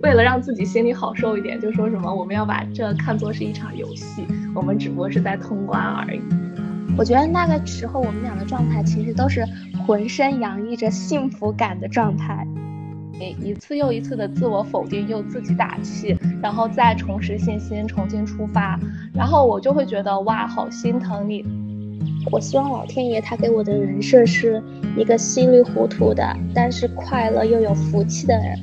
为了让自己心里好受一点，就说什么我们要把这看作是一场游戏，我们只不过是在通关而已。 我觉得那个时候我们俩的状态其实都是浑身洋溢着幸福感的状态， 一次又一次的自我否定，又自己打气，然后再重拾信心，重新出发。然后我就会觉得哇，好心疼你。 我希望老天爷他给我的人设是一个稀里糊涂的，但是快乐又有福气的人。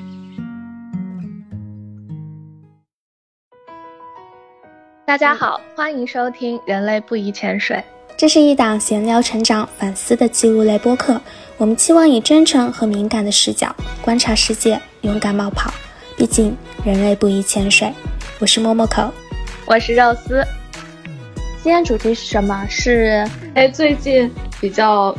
大家好，欢迎收听人类不宜潜水。 这是一档闲聊成长反思的记录类播客，我们期望以真诚和敏感的视角观察世界，勇敢冒跑，毕竟人类不宜潜水。我是默默口， 我是肉丝。 今天主题是什么？是最近比较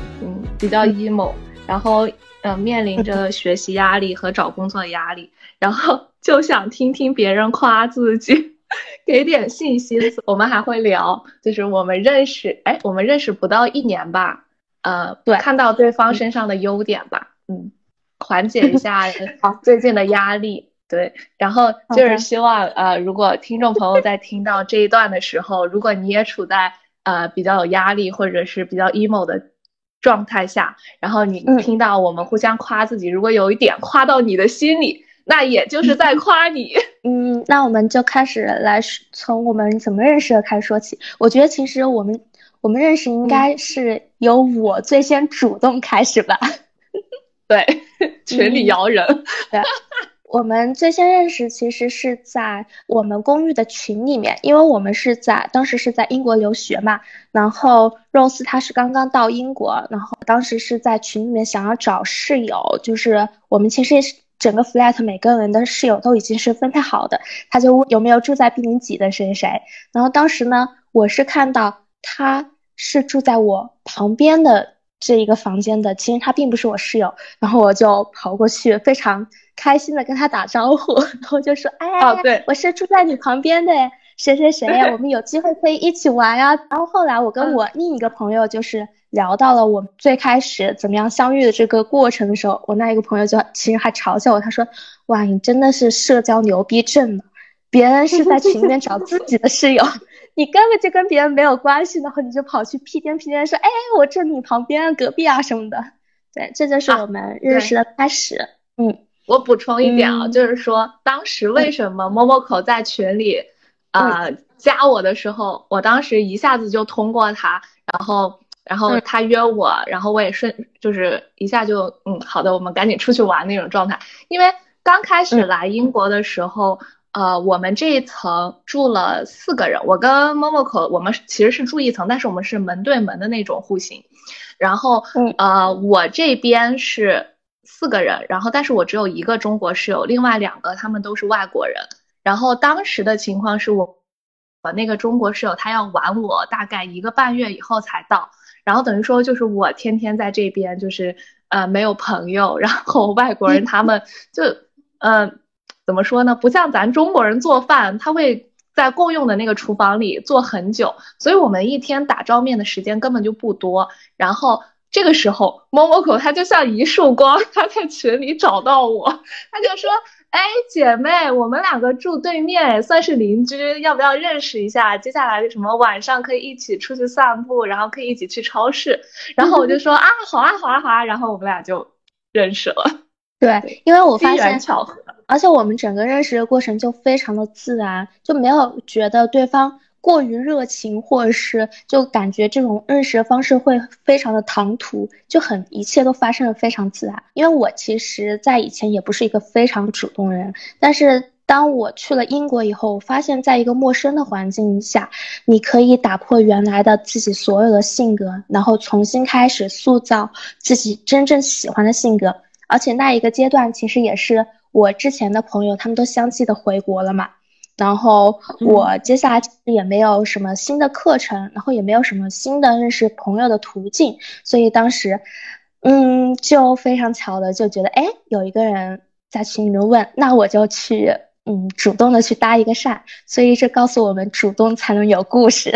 emo， 然后面临着学习压力和找工作的压力，然后就想听听别人夸自己，给点信心。我们还会聊，就是我们认识不到1年吧， 对， 看到对方身上的优点吧，缓解一下最近的压力。对，然后就是希望如果听众朋友在听到这一段的时候，如果你也处在比较有压力或者是比较 emo 的状态下，然后你听到我们互相夸自己，如果有一点夸到你的心里，那也就是在夸你。 那我们就开始来从我们怎么认识的开始说起。我觉得其实我们认识应该是由我最先主动开始吧。 对，群里摇人。 对，我们最先认识其实是在我们公寓的群里面，因为我们当时是在英国留学嘛，然后Rose 她是刚刚到英国，然后当时是在群里面想要找室友，就是我们其实整个 flat 每个人的室友都已经是分配好的，他就问有没有住在 B0几的谁谁，然后当时呢我是看到他是住在我旁边的这一个房间的，其实他并不是我室友，然后我就跑过去非常开心的跟他打招呼，然后就说对， 我是住在你旁边的谁谁谁我们有机会可以一起玩啊。然后后来我跟我另一个朋友就是聊到了我们最开始怎么样相遇的这个过程的时候，我那一个朋友就其实还嘲笑我，他说哇你真的是社交牛逼症呢，别人是在群里面找自己的室友你根本就跟别人没有关系，然后你就跑去屁颠屁颠说我住你旁边隔壁啊什么的。对，这就是我们认识的开始。 我补充一点就是说当时为什么默默口在群里加我的时候，我当时一下子就通过他，然后他约我，然后我也就是一下就好的，我们赶紧出去玩那种状态。因为刚开始来英国的时候我们这一层住了4个人，我跟默默口我们其实是住一层，但是我们是门对门的那种户型。然后我这边是4个人，然后但是我只有1个中国室友，另外2个他们都是外国人。然后当时的情况是我那个中国室友他要晚我大概1个半月以后才到，然后等于说就是我天天在这边就是没有朋友，然后外国人他们就怎么说呢，不像咱中国人做饭他会在共用的那个厨房里做很久，所以我们一天打照面的时间根本就不多。然后这个时候默默口他就像一束光，他在群里找到我，他就说姐妹，我们2个住对面，算是邻居，要不要认识一下？接下来什么晚上可以一起出去散步，然后可以一起去超市。然后我就说好啊，然后我们俩就认识了。 对，因为我发现巧合， 而且我们整个认识的过程就非常的自然，就没有觉得对方过于热情，或者是就感觉这种认识的方式会非常的唐突，一切都发生的非常自然。因为我其实在以前也不是一个非常主动的人，但是当我去了英国以后，我发现在一个陌生的环境下，你可以打破原来的自己所有的性格，然后重新开始塑造自己真正喜欢的性格。而且那一个阶段其实也是我之前的朋友他们都相继的回国了嘛，然后我接下来也没有什么新的课程，然后也没有什么新的认识朋友的途径，所以当时就非常巧的就觉得有一个人在群里面问，那我就去主动的去搭一个讪，所以这告诉我们主动才能有故事。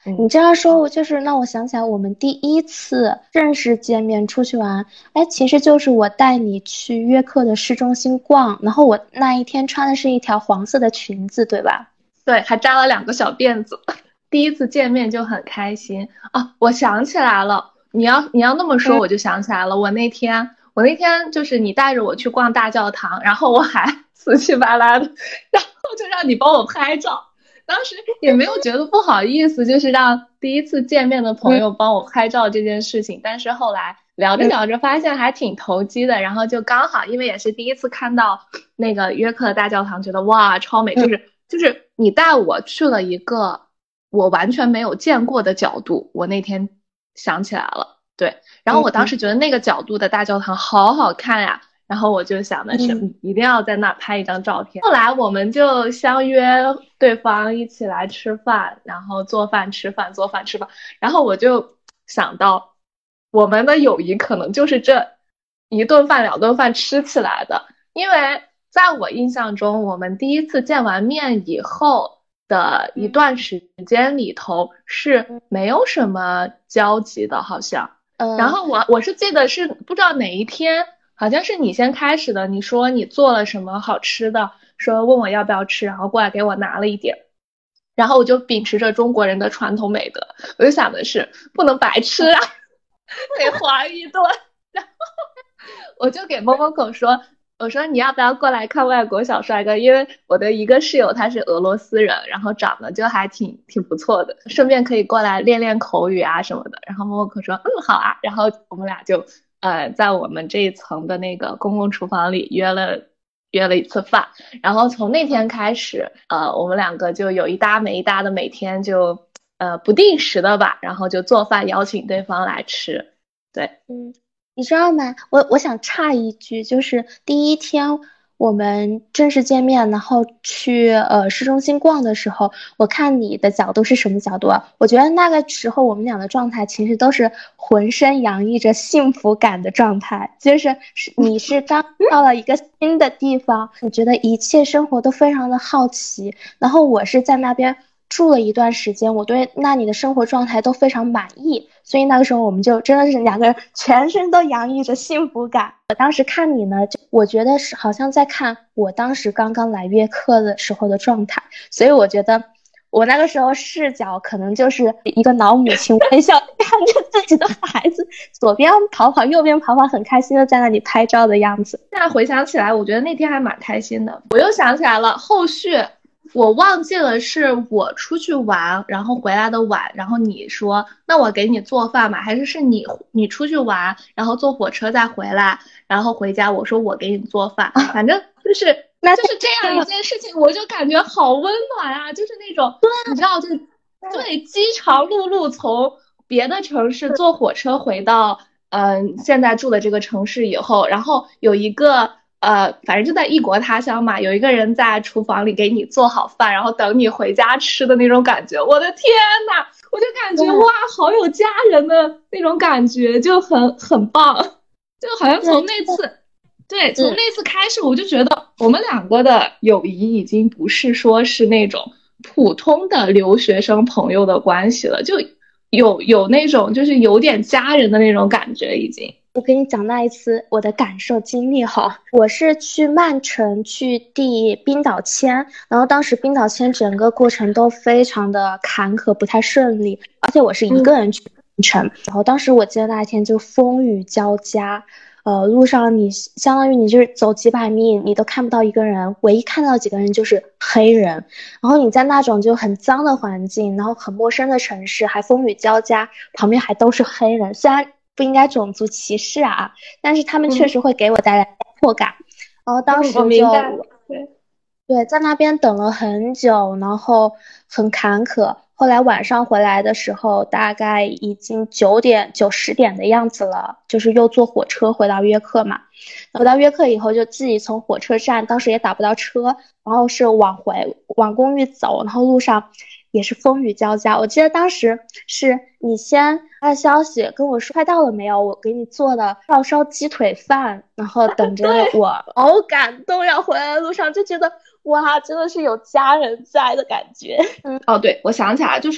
你这样说，我就是让我想起来我们第一次正式见面出去玩，哎，其实就是我带你去约克的市中心逛，然后我那一天穿的是一条黄色的裙子，对吧？ 对，还扎了2个小辫子。第一次见面就很开心啊！我想起来了，你要那么说，我就想起来了。我那天就是你带着我去逛大教堂，然后我还死乞白赖的，然后就让你帮我拍照。当时也没有觉得不好意思，就是让第一次见面的朋友帮我拍照这件事情。但是后来聊着聊着发现还挺投机的，然后就刚好因为也是第一次看到那个约克的大教堂，觉得哇超美，就是你带我去了一个我完全没有见过的角度，我那天想起来了，对，然后我当时觉得那个角度的大教堂好好看呀，然后我就想的是，一定要在那拍一张照片。后来我们就相约对方一起来吃饭，然后做饭吃饭，做饭吃饭，然后我就想到我们的友谊可能就是这1顿饭2顿饭吃起来的，因为在我印象中，我们第一次见完面以后的一段时间里头是没有什么交集的，好像。然后我是记得是不知道哪一天，好像是你先开始的，你说你做了什么好吃的，说问我要不要吃，然后过来给我拿了一点，然后我就秉持着中国人的传统美德，我就想的是不能白吃啊，得还一顿，然后我就给某某狗说，我说你要不要过来看外国小帅哥？因为我的一个室友他是俄罗斯人，然后长得就还挺不错的，顺便可以过来练练口语啊什么的。然后某某狗说好啊，然后我们俩就在我们这一层的那个公共厨房里约了一次饭，然后从那天开始我们2个就有一搭没一搭的，每天就不定时的吧，然后就做饭邀请对方来吃，对。 你知道吗？我想插一句，就是第一天我们正式见面，然后去市中心逛的时候，我看你的角度是什么角度啊？我觉得那个时候我们俩的状态其实都是浑身洋溢着幸福感的状态，就是你是刚到了一个新的地方，你觉得一切生活都非常的好奇，然后我是在那边住了一段时间，我对那里的生活状态都非常满意，所以那个时候我们就真的是2个人全身都洋溢着幸福感。我当时看你呢，我觉得是好像在看我当时刚刚来约课的时候的状态，所以我觉得我那个时候视角可能就是一个老母亲微笑看着自己的孩子，左边跑跑右边跑跑，很开心的在那里拍照的样子。 现在回想起来，我觉得那天还蛮开心的。我又想起来了，后续我忘记了是我出去玩，然后回来的晚，然后你说那我给你做饭嘛，还是你出去玩，然后坐火车再回来，然后回家我说我给你做饭，反正就是这样一件事情，我就感觉好温暖啊，就是那种你知道，就对饥肠辘辘从别的城市坐火车回到现在住的这个城市以后，然后有一个反正就在异国他乡嘛，有一个人在厨房里给你做好饭，然后等你回家吃的那种感觉，我的天呐，我就感觉哇，好有家人的那种感觉，就很棒，就好像从那次。对，从那次开始，我就觉得我们2个的友谊已经不是说是那种普通的留学生朋友的关系了，就有那种就是有点家人的那种感觉已经。 我跟你讲那一次我的感受经历哈，我是去曼城去递冰岛签，然后当时冰岛签整个过程都非常的坎坷，不太顺利，而且我是一个人去曼城，然后当时我记得那一天就风雨交加。路上你相当于你就是走几百米，你都看不到一个人，唯一看到几个人就是黑人。然后你在那种就很脏的环境，然后很陌生的城市，还风雨交加，旁边还都是黑人。虽然不应该种族歧视啊，但是他们确实会给我带来压迫感。然后当时就对，在那边等了很久，然后很坎坷。后来晚上回来的时候，大概已经9点、10点的样子了，就是又坐火车回到约克嘛。回到约克以后，就自己从火车站，当时也打不到车，然后是往公寓走，然后路上也是风雨交加。我记得当时是你先发消息跟我说快到了没有，我给你做的照烧鸡腿饭，然后等着我，好感动呀！回来的路上就觉得哇，真的是有家人在的感觉。 哦，对，我想起来，就是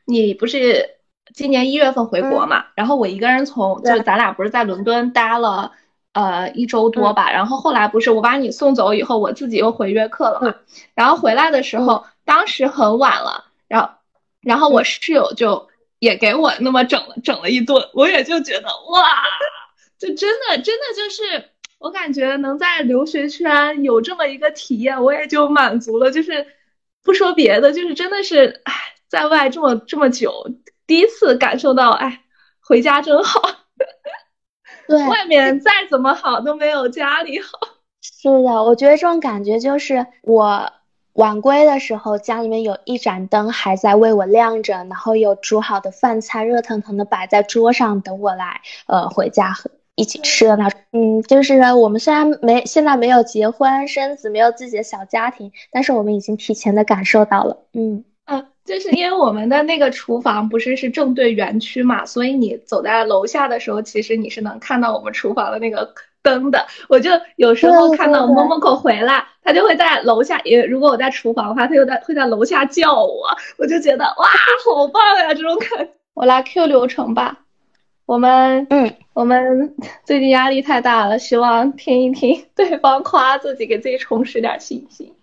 你不是今年1月份回国嘛？然后我一个人就是咱俩不是在伦敦待了1周多吧？然后后来不是我把你送走以后，我自己又回约克了嘛？然后回来的时候，当时很晚了，然后我室友就也给我那么整了一顿，我也就觉得哇，就真的就是我感觉能在留学圈有这么一个体验，我也就满足了。就是不说别的，就是真的是哎，在外这么久，第一次感受到哎，回家真好。 对， 外面再怎么好都没有家里好。 是的，我觉得这种感觉就是我晚归的时候，家里面有一盏灯还在为我亮着，然后有煮好的饭菜热腾腾的摆在桌上等我来回家一起吃的那种。就是我们虽然现在没有结婚生子，没有自己的小家庭，但是我们已经提前的感受到了。 就是因为我们的那个厨房不是正对园区嘛，所以你走在楼下的时候，其实你是能看到我们厨房的那个灯的。我就有时候看到摸摸口回来，他就会在楼下，如果我在厨房的话，他会在楼下叫我就觉得哇，好棒呀，这种感觉。我来 Q 流程吧。我们最近压力太大了，希望听一听对方夸自己，给自己重拾点信心。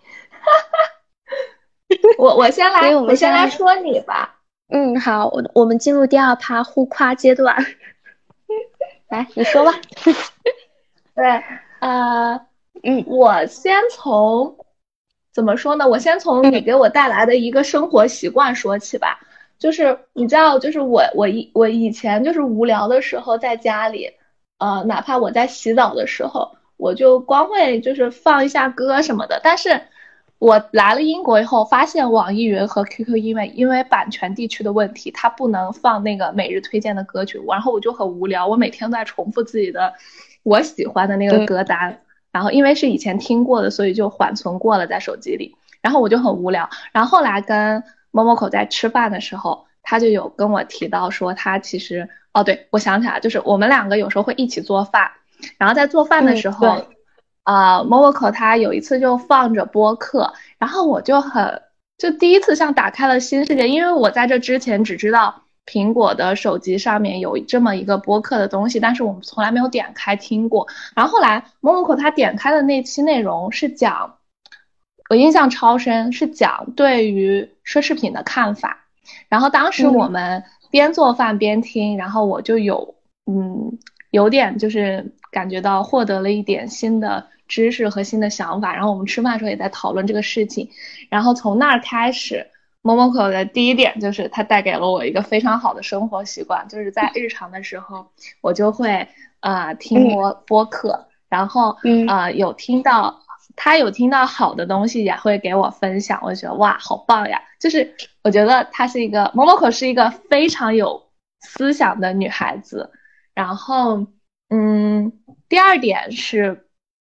我先来说你吧。 好，我们进入第2趴互夸阶段。来，你说吧。 对，我先从怎么说呢？我先从你给我带来的一个生活习惯说起吧。就是你知道，就是我以前就是无聊的时候在家里，哪怕我在洗澡的时候，我就光会就是放一下歌什么的。但是我来了英国以后，发现网易云和 QQ 音乐因为版权地区的问题，它不能放那个每日推荐的歌曲，然后我就很无聊，我每天都在重复自己的我喜欢的那个歌单，然后因为是以前听过的，所以就缓存过了在手机里，然后我就很无聊。然后后来跟某某口在吃饭的时候，他就有跟我提到说，他其实对，我想起来，就是我们2个有时候会一起做饭，然后在做饭的时候。某某口他有一次就放着播客，然后我就第一次像打开了新世界，因为我在这之前只知道苹果的手机上面有这么一个播客的东西，但是我们从来没有点开听过。然后后来某某口他点开的那期内容是讲，我印象超深，是讲对于奢侈品的看法。然后当时我们边做饭边听，然后我就有点就是感觉到获得了一点新的知识和新的想法，然后我们吃饭的时候也在讨论这个事情，然后从那儿开始，某某口的第一点就是它带给了我一个非常好的生活习惯，就是在日常的时候我就会听播客，然后有听到好的东西也会给我分享，我就觉得哇好棒呀，就是我觉得她是一个某某口是一个非常有思想的女孩子。然后第二点是，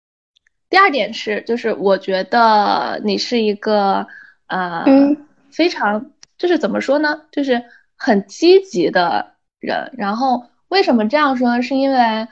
就是我觉得你是一个非常就是怎么说呢，就是很积极的人。然后为什么这样说呢？是因为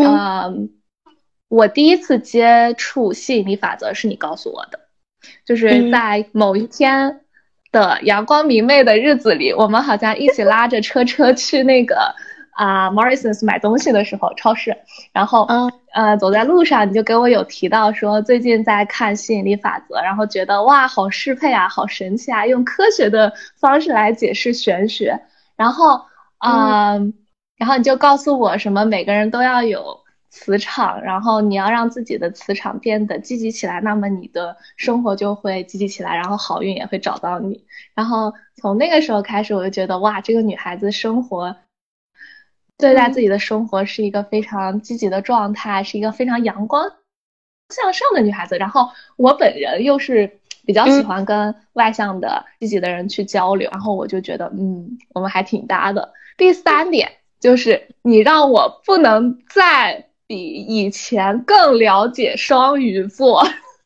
我第一次接触吸引力法则是你告诉我的，就是在某一天的阳光明媚的日子里，我们好像一起拉着车去那个Morrisons 买东西的时候，超市，然后走在路上，你就给我有提到说最近在看吸引力法则，然后觉得哇好适配啊，好神奇啊，用科学的方式来解释玄学，然后你就告诉我什么每个人都要有磁场，然后你要让自己的磁场变得积极起来，那么你的生活就会积极起来，然后好运也会找到你。然后从那个时候开始，我就觉得哇，这个女孩子对待自己的生活是一个非常积极的状态，是一个非常阳光向上的女孩子。然后我本人又是比较喜欢跟外向的积极的人去交流，然后我就觉得我们还挺搭的。第3点就是你让我不能再比以前更了解双鱼座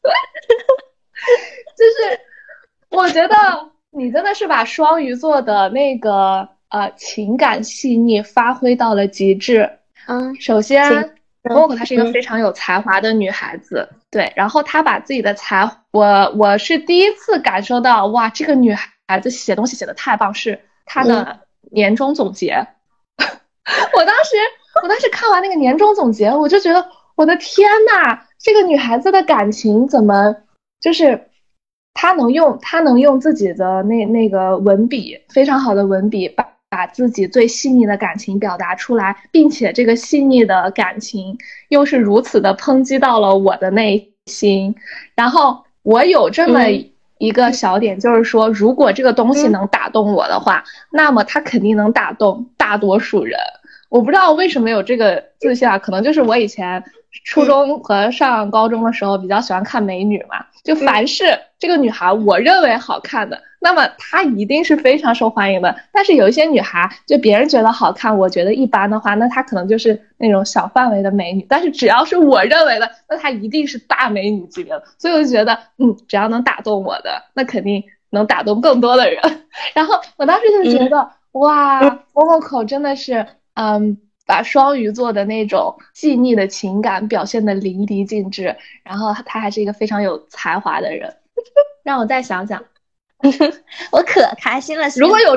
就是我觉得你真的是把双鱼座的那个情感细腻发挥到了极致。首先莫可她是一个非常有才华的女孩子，对，然后她把自己的我是第一次感受到哇，这个女孩子写东西写得太棒，是他的年终总结。我当时看完那个年终总结，我就觉得我的天呐，这个女孩子的感情怎么就是她能用自己的那个文笔，非常好的文笔，把自己最细腻的感情表达出来，并且这个细腻的感情又是如此的抨击到了我的内心。然后我有这么一个小点，就是说如果这个东西能打动我的话，那么它肯定能打动大多数人。我不知道为什么有这个自信啊，可能就是我以前初中和上高中的时候比较喜欢看美女嘛，就凡是这个女孩我认为好看的，那么她一定是非常受欢迎的。但是有一些女孩就别人觉得好看，我觉得一般的话，那她可能就是那种小范围的美女，但是只要是我认为的，那她一定是大美女级别的。所以我就觉得只要能打动我的，那肯定能打动更多的人。然后我当时就觉得哇，Momoko 真的是把双鱼座的那种细腻的情感表现得淋漓尽致，然后他还是一个非常有才华的人。让我再想想， 我可开心了。 如果有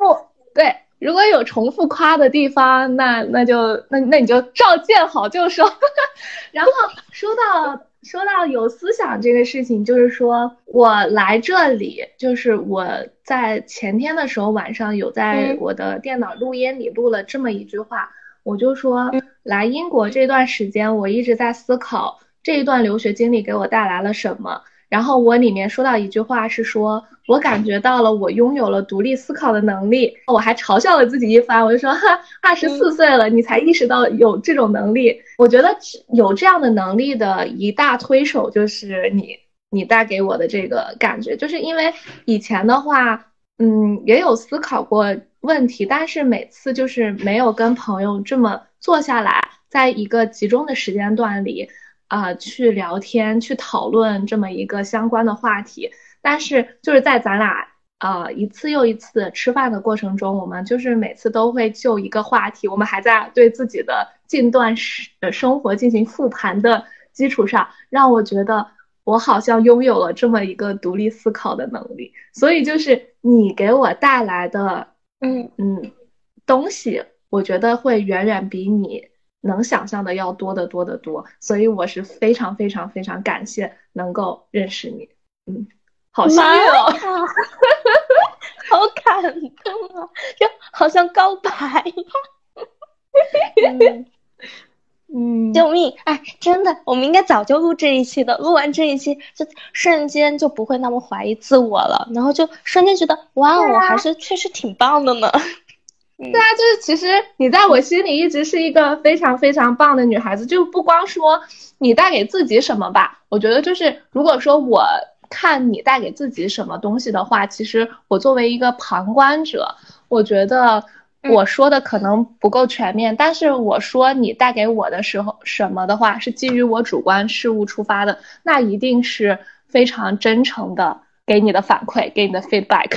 重复夸的地方，那你就照见好就收。然后说到有思想这个事情，就是说我来这里，就是我在前天的时候晚上有在我的电脑录音里录了这么一句话，我就说来英国这段时间，我一直在思考这一段留学经历给我带来了什么。然后我里面说到一句话是说，我感觉到了我拥有了独立思考的能力。我还嘲笑了自己一番，我就说24岁了，你才意识到有这种能力。我觉得有这样的能力的一大推手就是你带给我的这个感觉，就是因为以前的话也有思考过问题，但是每次就是没有跟朋友这么坐下来，在一个集中的时间段里去聊天，去讨论这么一个相关的话题。但是就是在咱俩一次又一次吃饭的过程中，我们就是每次都会就一个话题，我们还在对自己的近段生活进行复盘的基础上，让我觉得我好像拥有了这么一个独立思考的能力。所以就是你给我带来的东西，我觉得会远远比你能想象的要多得多得多，所以我是非常非常非常感谢能够认识你。好幸运哦。 好感动啊，就好像告白。救命！哎，真的，我们应该早就录这一期的，录完这一期就瞬间就不会那么怀疑自我了，然后就瞬间觉得哇，我还是确实挺棒的呢。 对啊，就是其实你在我心里一直是一个非常非常棒的女孩子，就不光说你带给自己什么吧，我觉得就是如果说我看你带给自己什么东西的话，其实我作为一个旁观者，我觉得我说的可能不够全面，但是我说你带给我的时候什么的话，是基于我主观事物出发的，那一定是非常真诚的给你的反馈，给你的 feedback。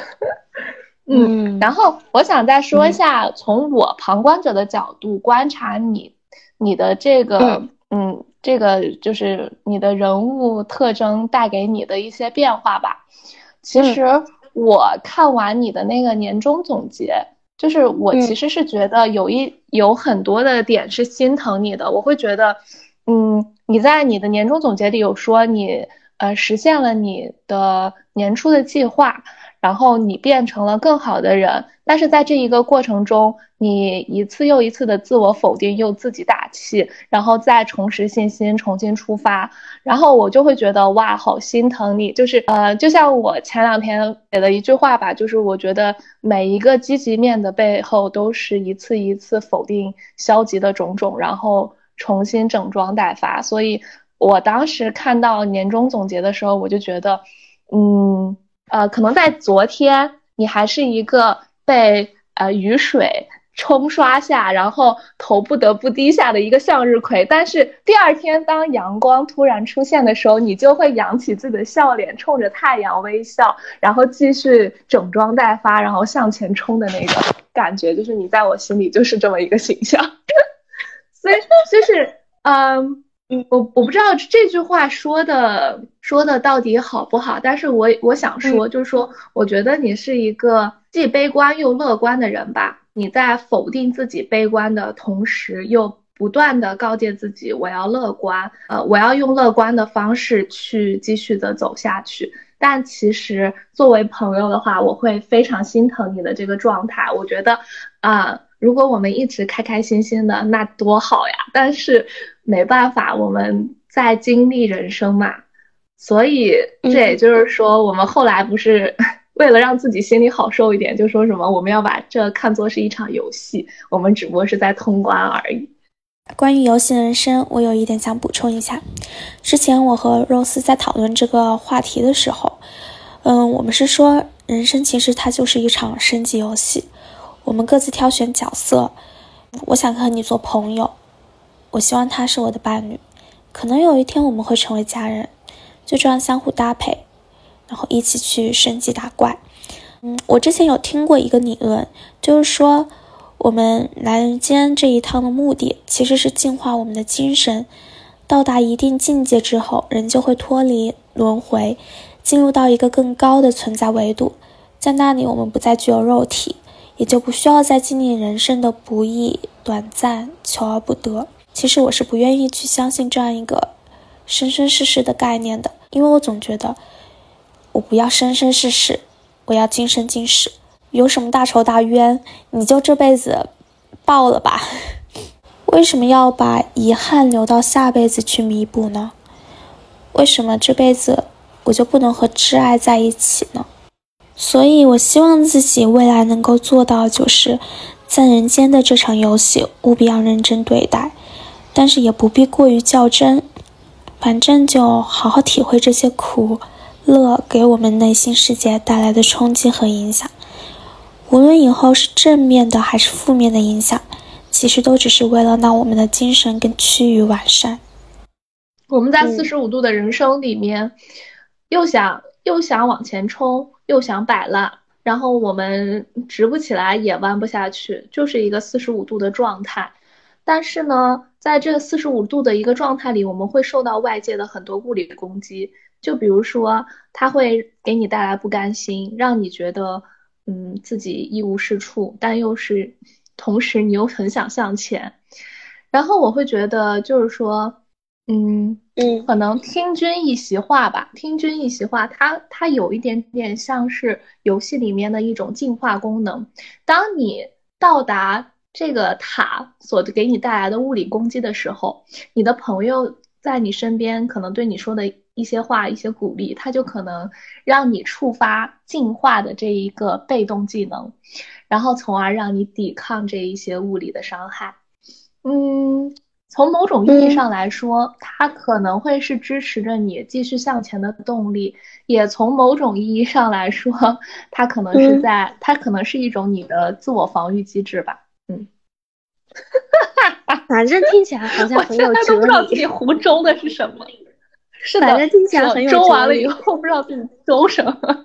然后我想再说一下，从我旁观者的角度观察你的这个这个就是你的人物特征带给你的一些变化吧。其实我看完你的那个年终总结，就是我其实是觉得有很多的点是心疼你的。我会觉得你在你的年终总结里有说你实现了你的年初的计划，然后你变成了更好的人，但是在这一个过程中，你一次又一次的自我否定，又自己打气，然后再重拾信心，重新出发。然后我就会觉得哇，好心疼你。就是就像我前2天写的一句话吧，就是我觉得每一个积极面的背后，都是一次一次否定消极的种种，然后重新整装待发。所以我当时看到年终总结的时候，我就觉得可能在昨天你还是一个被雨水冲刷下，然后头不得不低下的一个向日葵，但是第2天当阳光突然出现的时候，你就会扬起自己的笑脸，冲着太阳微笑，然后继续整装待发，然后向前冲的那个感觉，就是你在我心里就是这么一个形象。所以就是我不知道这句话说的到底好不好，但是我想说，就是说，我觉得你是一个既悲观又乐观的人吧。你在否定自己悲观的同时，又不断的告诫自己我要乐观，我要用乐观的方式去继续的走下去。但其实作为朋友的话，我会非常心疼你的这个状态。我觉得如果我们一直开开心心的，那多好呀！但是没办法，我们在经历人生嘛，所以这也就是说，我们后来不是为了让自己心里好受一点，就说什么我们要把这看作是一场游戏，我们只不过是在通关而已。 关于游戏人生，我有一点想补充一下。之前我和肉丝在讨论这个话题的时候，我们是说人生其实它就是一场升级游戏，我们各自挑选角色。我想和你做朋友，我希望他是我的伴侣，可能有一天我们会成为家人，就这样相互搭配，然后一起去升级打怪。我之前有听过一个理论，就是说我们来人间这一趟的目的其实是净化我们的精神，到达一定境界之后，人就会脱离轮回，进入到一个更高的存在维度，在那里我们不再具有肉体，也就不需要再经历人生的不易、短暂、求而不得。其实我是不愿意去相信这样一个生生世世的概念的，因为我总觉得我不要生生世世，我要今生今世。有什么大仇大冤，你就这辈子报了吧。为什么要把遗憾留到下辈子去弥补呢？为什么这辈子我就不能和挚爱在一起呢？所以我希望自己未来能够做到，就是在人间的这场游戏务必要认真对待，但是也不必过于较真，反正就好好体会这些苦乐给我们内心世界带来的冲击和影响。无论以后是正面的还是负面的影响，其实都只是为了让我们的精神更趋于完善。 我们在45度的人生里面，又想往前冲，又想摆烂，然后我们直不起来也弯不下去，就是一个45度的状态。但是呢，在这个45度的一个状态里，我们会受到外界的很多物理攻击，就比如说它会给你带来不甘心，让你觉得自己一无是处，但又是同时你又很想向前。然后我会觉得就是说可能听君一席话吧，听君一席话，它有一点点像是游戏里面的一种进化功能。当你到达这个塔所给你带来的物理攻击的时候，你的朋友在你身边可能对你说的一些话、一些鼓励，它就可能让你触发进化的这一个被动技能，然后从而让你抵抗这一些物理的伤害。从某种意义上来说，它可能会是支持着你继续向前的动力，也从某种意义上来说，它可能是一种你的自我防御机制吧。 反正听起来好像很有哲理。我现在都不知道自己胡诌的是什么。是的， 反正听起来很有哲理。 诌完了以后不知道自己诌什么。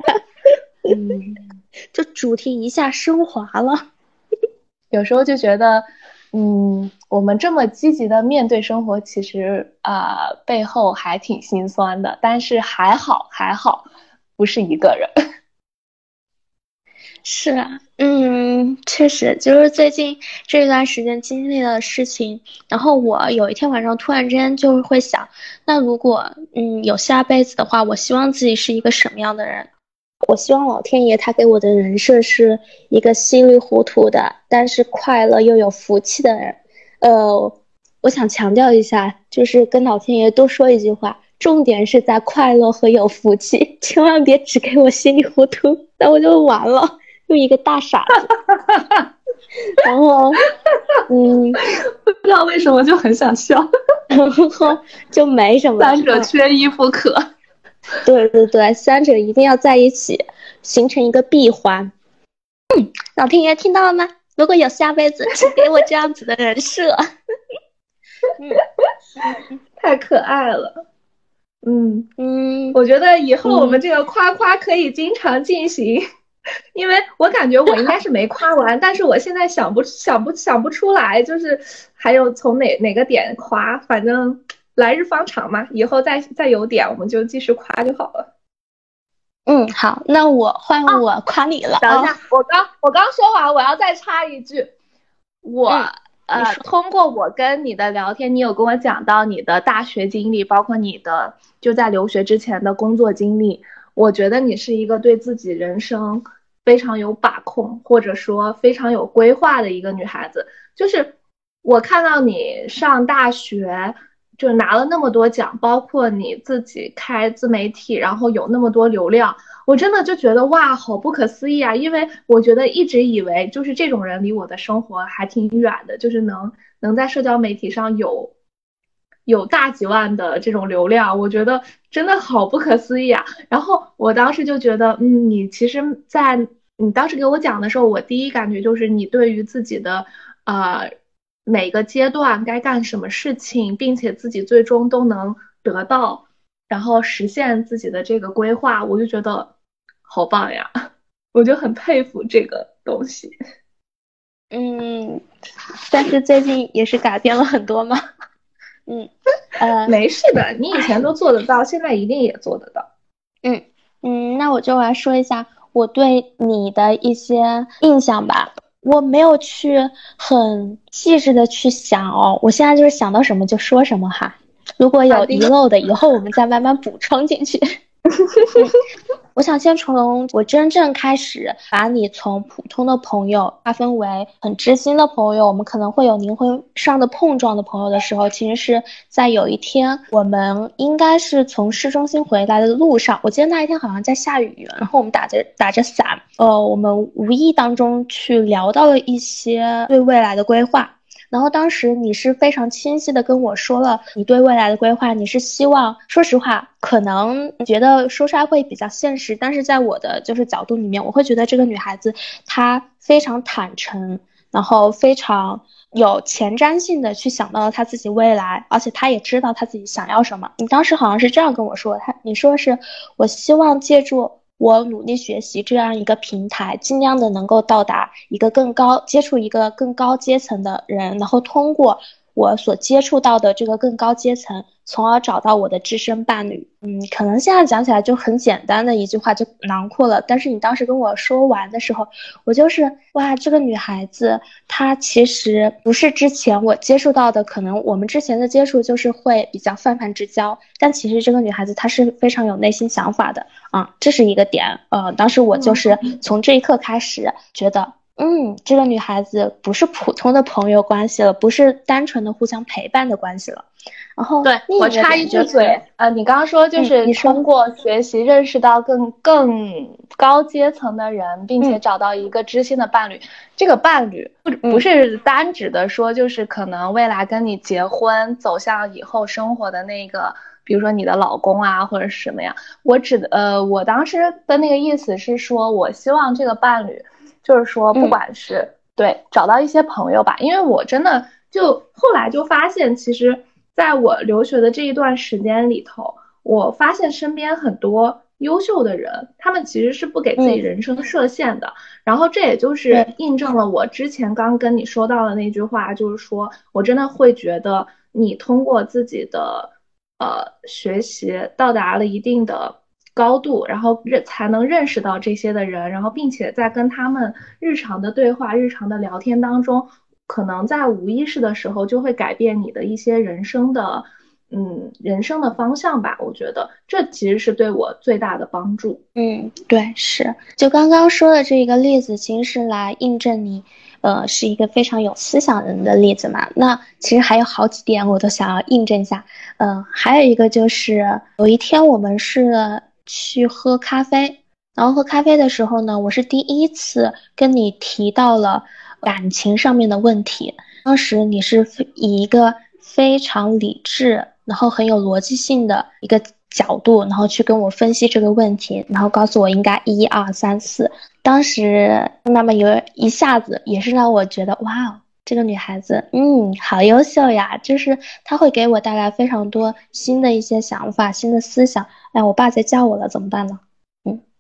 这主题一下升华了。 有时候就觉得我们这么积极的面对生活，其实背后还挺心酸的，但是还好不是一个人。 是啊，确实就是最近这段时间经历的事情，然后我有一天晚上突然之间就会想，那如果有下辈子的话，我希望自己是一个什么样的人？我希望老天爷他给我的人设是一个稀里糊涂的，但是快乐又有福气的人。我想强调一下，就是跟老天爷多说一句话，重点是在快乐和有福气，千万别只给我稀里糊涂，那我就完了，就一个大傻子。然后不知道为什么就很想笑， 然后就没什么， 三者缺一不可。 对，三者一定要在一起，形成一个闭环。老天爷听到了吗？如果有下辈子，请给我这样子的人设。 太可爱了。我觉得以后我们这个夸夸可以经常进行。 因为我感觉我应该是没夸完，但是我现在想不出来，就是还有从哪个点夸，反正来日方长嘛，以后再有点我们就继续夸就好了。 好，那我换我夸你了。 等一下，我刚说完，我要再插一句，通过我跟你的聊天，你有跟我讲到你的大学经历，包括你的就在留学之前的工作经历，我觉得你是一个对自己人生非常有把控，或者说非常有规划的一个女孩子。就是我看到你上大学就拿了那么多奖，包括你自己开自媒体，然后有那么多流量，我真的就觉得哇，好不可思议啊！因为我觉得一直以为就是这种人离我的生活还挺远的，就是能在社交媒体上有大几万的这种流量，我觉得真的好不可思议啊！然后我当时就觉得，你其实在你当时给我讲的时候，我第一感觉就是你对于自己的每个阶段该干什么事情，并且自己最终都能得到，然后实现自己的这个规划，我就觉得好棒呀！我就很佩服这个东西。 但是最近也是改变了很多嘛。 没事的，你以前都做得到，现在一定也做得到。 那我就来说一下我对你的一些印象吧。我没有去很细致的去想哦，我现在就是想到什么就说什么哈。如果有遗漏的，以后我们再慢慢补充进去。我想先从我真正开始把你从普通的朋友划分为很知心的朋友，我们可能会有灵魂上的碰撞的朋友的时候，其实是在有一天我们应该是从市中心回来的路上，我记得那一天好像在下雨，然后我们打着伞，我们无意当中去聊到了一些对未来的规划。然后当时你是非常清晰的跟我说了你对未来的规划，你是希望，说实话可能觉得说出来会比较现实，但是在我的就是角度里面，我会觉得这个女孩子她非常坦诚，然后非常有前瞻性的去想到了她自己未来，而且她也知道她自己想要什么。你当时好像是这样跟我说，你说是我希望借助我努力学习这样一个平台，尽量的能够到达一个接触一个更高阶层的人，然后通过我所接触到的这个更高阶层，从而找到我的至身伴侣。可能现在讲起来就很简单的一句话就囊括了，但是你当时跟我说完的时候，我就是哇，这个女孩子她其实不是之前我接触到的，可能我们之前的接触就是会比较泛泛之交，但其实这个女孩子她是非常有内心想法的这是一个点。当时我就是从这一刻开始觉得这个女孩子不是普通的朋友关系了，不是单纯的互相陪伴的关系了。然后对，我插一句嘴，你刚刚说就是通过学习认识到更高阶层的人，并且找到一个知心的伴侣。这个伴侣不是单指的说就是可能未来跟你结婚走向以后生活的那个，比如说你的老公啊或者是什么呀。我当时的那个意思是说，我希望这个伴侣就是说不管是对找到一些朋友吧，因为我真的就后来就发现，其实在我留学的这一段时间里头，我发现身边很多优秀的人，他们其实是不给自己人生设限的。然后这也就是印证了我之前刚跟你说到的那句话，就是说我真的会觉得你通过自己的学习到达了一定的高度，然后才能认识到这些的人，然后并且在跟他们日常的对话、日常的聊天当中，可能在无意识的时候就会改变你的一些人生的方向吧。我觉得这其实是对我最大的帮助。 对，是就刚刚说的这个例子，其实是来印证你是一个非常有思想人的例子嘛。那其实还有好几点我都想要印证一下。还有一个就是有一天我们是去喝咖啡，然后喝咖啡的时候呢，我是第一次跟你提到了感情上面的问题。当时你是以一个非常理智，然后很有逻辑性的一个角度，然后去跟我分析这个问题，然后告诉我应该1、2、3、4。当时那么有一下子也是让我觉得哇，这个女孩子好优秀呀，就是她会给我带来非常多新的一些想法、新的思想。我爸在叫我了，怎么办呢？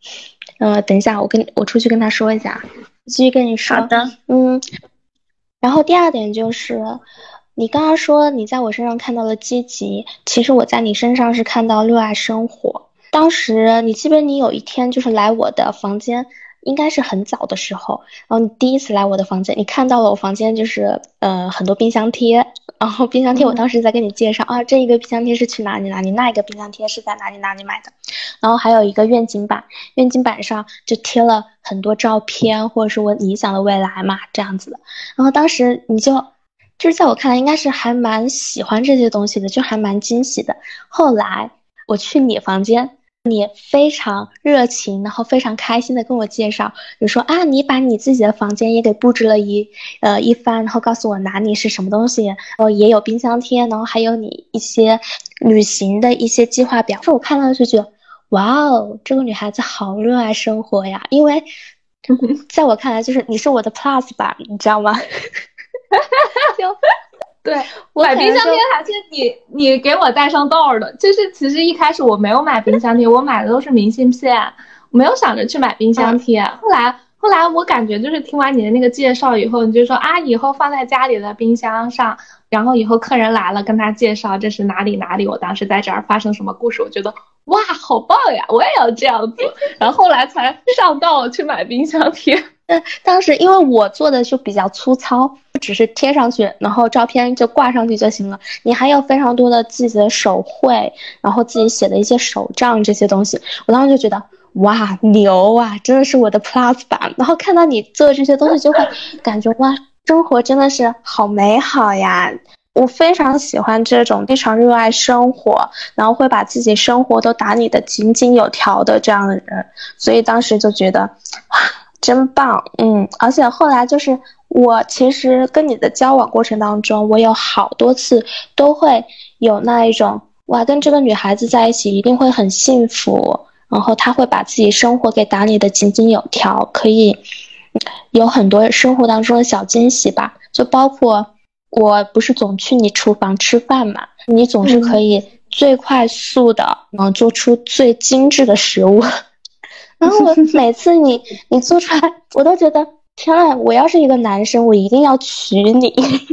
等一下，我出去跟他说一下，继续跟你说。 好的。 然后第二点就是，你刚刚说你在我身上看到了积极，其实我在你身上是看到热爱生活。当时你记不记得你有一天就是来我的房间，应该是很早的时候，然后你第一次来我的房间，你看到了我房间就是很多冰箱贴，然后冰箱贴我当时在跟你介绍啊，这一个冰箱贴是去哪里，那一个冰箱贴是在哪里买的，然后还有一个愿景板，愿景板上就贴了很多照片或者是我理想的未来嘛，这样子的。然后当时你就是在我看来应该是还蛮喜欢这些东西的，就还蛮惊喜的。后来我去你房间，你非常热情，然后非常开心的跟我介绍，你说啊，你把你自己的房间也给布置了一番，然后告诉我哪里是什么东西，然后也有冰箱贴，然后还有你一些旅行的一些计划表。我看到就觉得，哇哦，这个女孩子好热爱生活呀！因为在我看来，就是你是我的 plus 吧，你知道吗？就对，买冰箱贴还是你给我带上道的。就是其实一开始我没有买冰箱贴，我买的都是明信片，我没有想着去买冰箱贴。后来我感觉就是听完你的那个介绍以后，你就说啊，以后放在家里的冰箱上，然后以后客人来了跟他介绍这是哪里，我当时在这儿发生什么故事，我觉得哇，好棒呀，我也要这样子。然后后来才上道去买冰箱贴。 当时因为我做的就比较粗糙，只是贴上去，然后照片就挂上去就行了。你还有非常多的自己的手绘，然后自己写的一些手账这些东西，我当时就觉得哇，牛啊，真的是我的 plus 版。然后看到你做的这些东西，就会感觉哇，生活真的是好美好呀。我非常喜欢这种非常热爱生活，然后会把自己生活都打理得井井有条的这样的人，所以当时就觉得真棒。而且后来就是我其实跟你的交往过程当中，我有好多次都会有那一种哇，跟这个女孩子在一起一定会很幸福，然后她会把自己生活给打理得井井有条，可以有很多生活当中的小惊喜吧。就包括我不是总去你厨房吃饭嘛，你总是可以最快速的做出最精致的食物。然后我每次你做出来，我都觉得天啊，我要是一个男生，我一定要娶你。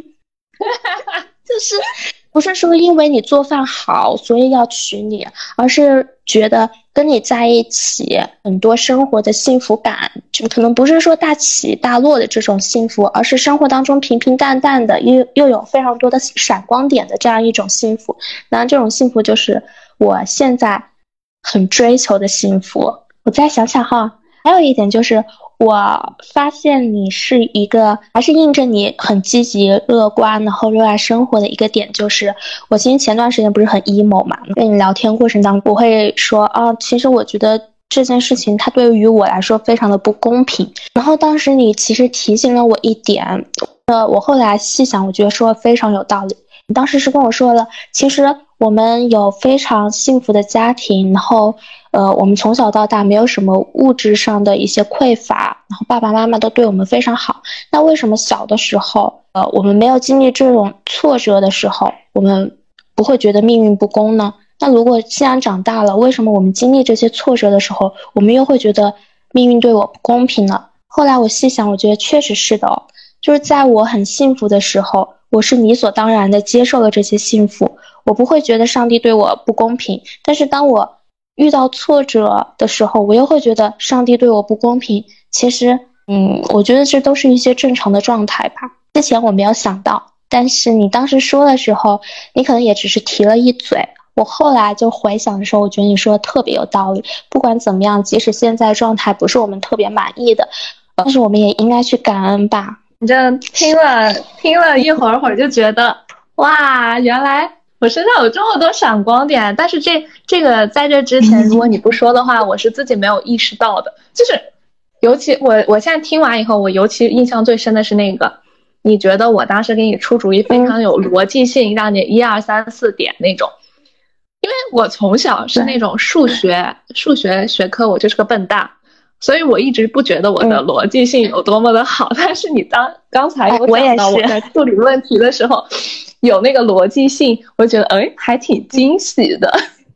就是不是说因为你做饭好所以要娶你，而是觉得跟你在一起很多生活的幸福感，就可能不是说大起大落的这种幸福，而是生活当中平平淡淡的又有非常多的闪光点的这样一种幸福。那这种幸福就是我现在很追求的幸福。我再想想哈，还有一点就是我发现你是一个还是印证你很积极乐观然后热爱生活的一个点，就是我其实前段时间不是很 emo 嘛，跟你聊天过程当中我会说其实我觉得这件事情它对于我来说非常的不公平，然后当时你其实提醒了我一点，我后来细想我觉得说非常有道理。你当时是跟我说了，其实我们有非常幸福的家庭，然后我们从小到大没有什么物质上的一些匮乏，然后爸爸妈妈都对我们非常好。那为什么小的时候我们没有经历这种挫折的时候，我们不会觉得命运不公呢？那如果既然长大了，为什么我们经历这些挫折的时候，我们又会觉得命运对我不公平呢？后来我细想，我觉得确实是的就是在我很幸福的时候，我是理所当然的接受了这些幸福，我不会觉得上帝对我不公平。但是当我遇到挫折的时候，我又会觉得上帝对我不公平。其实我觉得这都是一些正常的状态吧。之前我没有想到，但是你当时说的时候，你可能也只是提了一嘴，我后来就回想的时候，我觉得你说的特别有道理。不管怎么样，即使现在状态不是我们特别满意的，但是我们也应该去感恩吧。 你这听了一会儿就觉得哇，原来我身上有这么多闪光点。但是这个在这之前如果你不说的话，我是自己没有意识到的。就是尤其我现在听完以后，我尤其印象最深的是那个你觉得我当时给你出主意非常有逻辑性，让你1、2、3、4点那种。因为我从小是那种数学学科我就是个笨蛋，所以我一直不觉得我的逻辑性有多么的好。但是你刚才有讲到我在处理问题的时候有那个逻辑性，我觉得还挺惊喜的。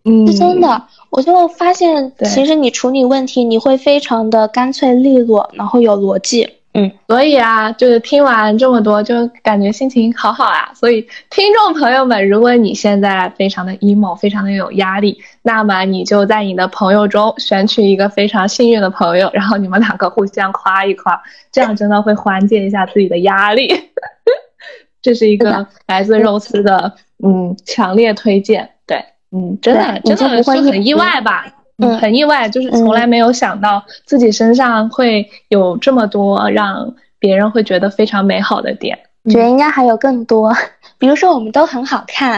是真的。我就发现，其实你处理问题，你会非常的干脆利落，然后有逻辑。 所以啊，就是听完这么多，就感觉心情好好啊。所以听众朋友们，如果你现在非常的 emo， 非常的有压力，那么你就在你的朋友中选取一个非常幸运的朋友，然后你们两个互相夸一夸，这样真的会缓解一下自己的压力。这是一个来自肉丝的强烈推荐。对，真的是很意外吧。很意外，就是从来没有想到自己身上会有这么多让别人会觉得非常美好的点。 觉得应该还有更多，比如说我们都很好看。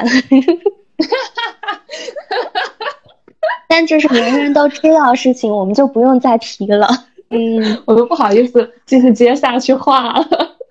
但这是人人都知道的事情，我们就不用再提了。 我都不好意思继续接下去话了。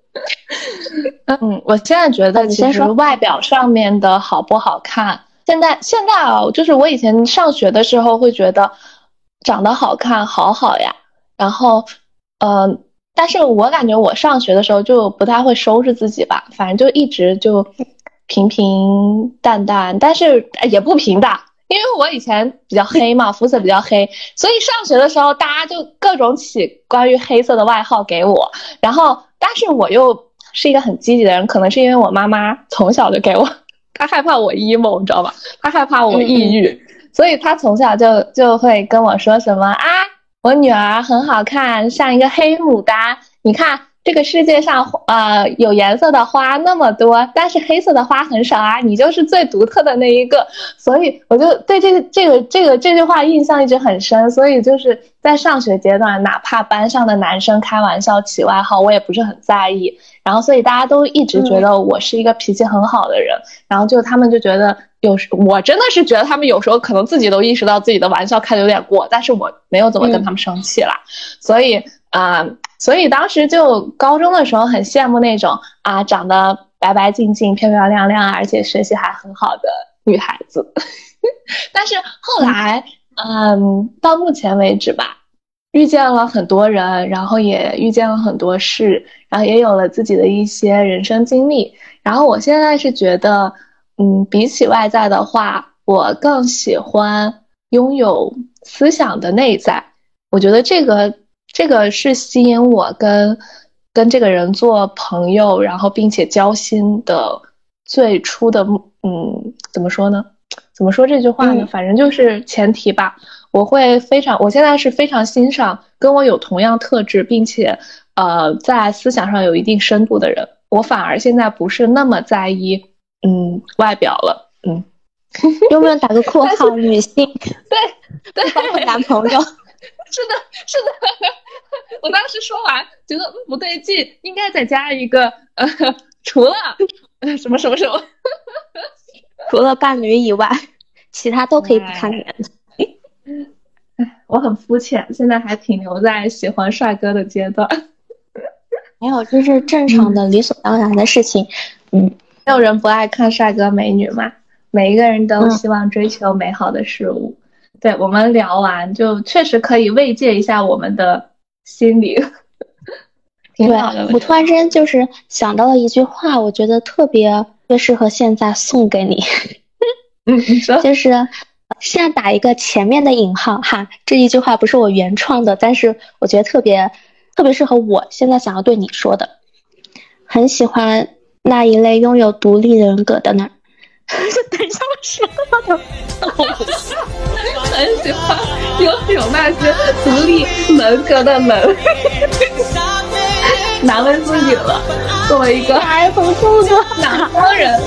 我现在觉得其实外表上面的好不好看，现在啊，就是我以前上学的时候会觉得长得好看好呀，然后但是我感觉我上学的时候就不太会收拾自己吧，反正就一直就平平淡淡，但是也不平的，因为我以前比较黑嘛，肤色比较黑，所以上学的时候大家就各种起关于黑色的外号给我，然后但是我又是一个很积极的人，可能是因为我妈妈从小就给我，她害怕我 emo 你知道吧，她害怕我抑郁，所以她从小就会跟我说什么啊，我女儿很好看，像一个黑牡丹，你看这个世界上有颜色的花那么多，但是黑色的花很少啊，你就是最独特的那一个。所以我就对这句话印象一直很深，所以就是在上学阶段，哪怕班上的男生开玩笑起外号，我也不是很在意，然后所以大家都一直觉得我是一个脾气很好的人，然后就他们就觉得我真的是觉得他们有时候可能自己都意识到自己的玩笑开得有点过，但是我没有怎么跟他们生气啦，所以当时就高中的时候很羡慕那种长得白白净净漂漂亮亮而且学习还很好的女孩子。但是后来到目前为止吧，遇见了很多人，然后也遇见了很多事，然后也有了自己的一些人生经历，然后我现在是觉得比起外在的话，我更喜欢拥有思想的内在。我觉得这个是吸引我跟这个人做朋友，然后并且交心的最初的怎么说呢？怎么说这句话呢？反正就是前提吧。我现在是非常欣赏跟我有同样特质，并且在思想上有一定深度的人。我反而现在不是那么在意外表了。 有没有打个括号女性？ 对， 包括男朋友。 是的，我当时说完觉得不对劲，应该再加一个除了什么除了伴侣以外，其他都可以不看脸。 我很肤浅，现在还停留在喜欢帅哥的阶段。 没有，这是正常的理所当然的事情。 没有人不爱看帅哥美女嘛，每一个人都希望追求美好的事物。对，我们聊完就确实可以慰藉一下我们的心灵。挺好的。 我突然之间就是想到了一句话，我觉得特别适合现在送给你。 你说。就是现在打一个前面的引号哈，这一句话不是我原创的，但是我觉得特别适合我现在想要对你说的。很喜欢那一类拥有独立人格的男。等一下，我说到的。 很喜欢拥有那些独立人格的人。难为自己了，作为一个很做作南方人。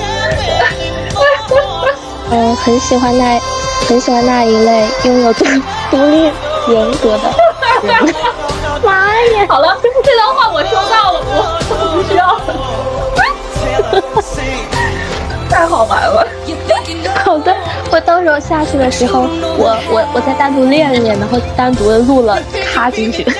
很喜欢那一类拥有独立人格的人。妈呀！ 好了，这段话我收到了，我不需要了。太好玩了。 好的，我到时候下去的时候，我再单独练练，然后单独的录了插进去。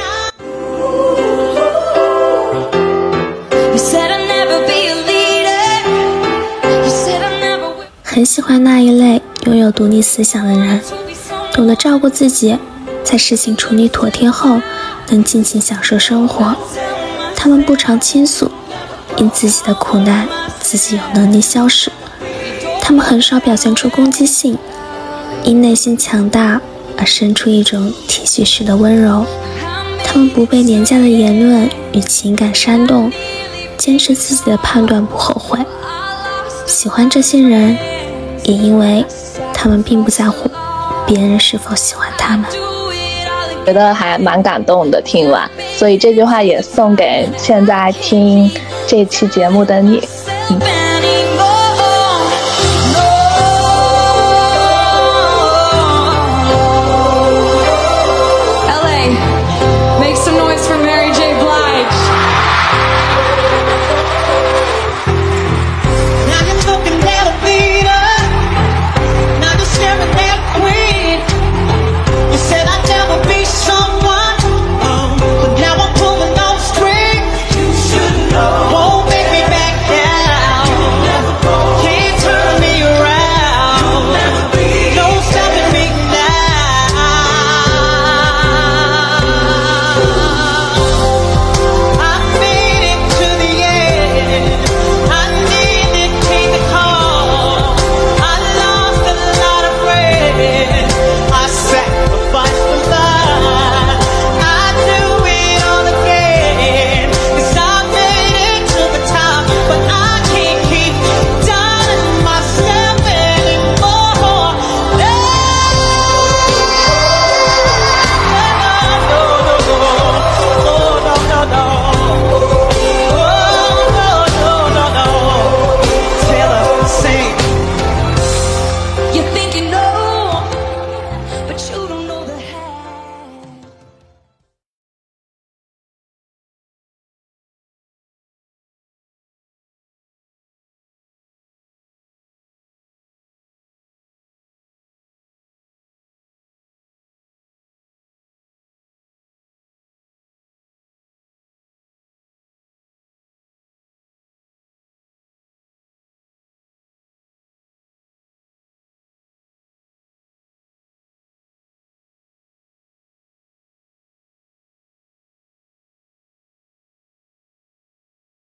很喜欢那一类拥有独立思想的人，懂得照顾自己，在事情处理妥帖后能尽情享受生活。他们不常倾诉，因自己的苦难自己有能力消释。他们很少表现出攻击性， 因内心强大而生出一种体恤式的温柔。他们不被廉价的言论与情感煽动，坚持自己的判断不后悔。喜欢这些人，也因为他们并不在乎别人是否喜欢他们。 觉得还蛮感动的，听完，所以这句话也送给现在听这期节目的你。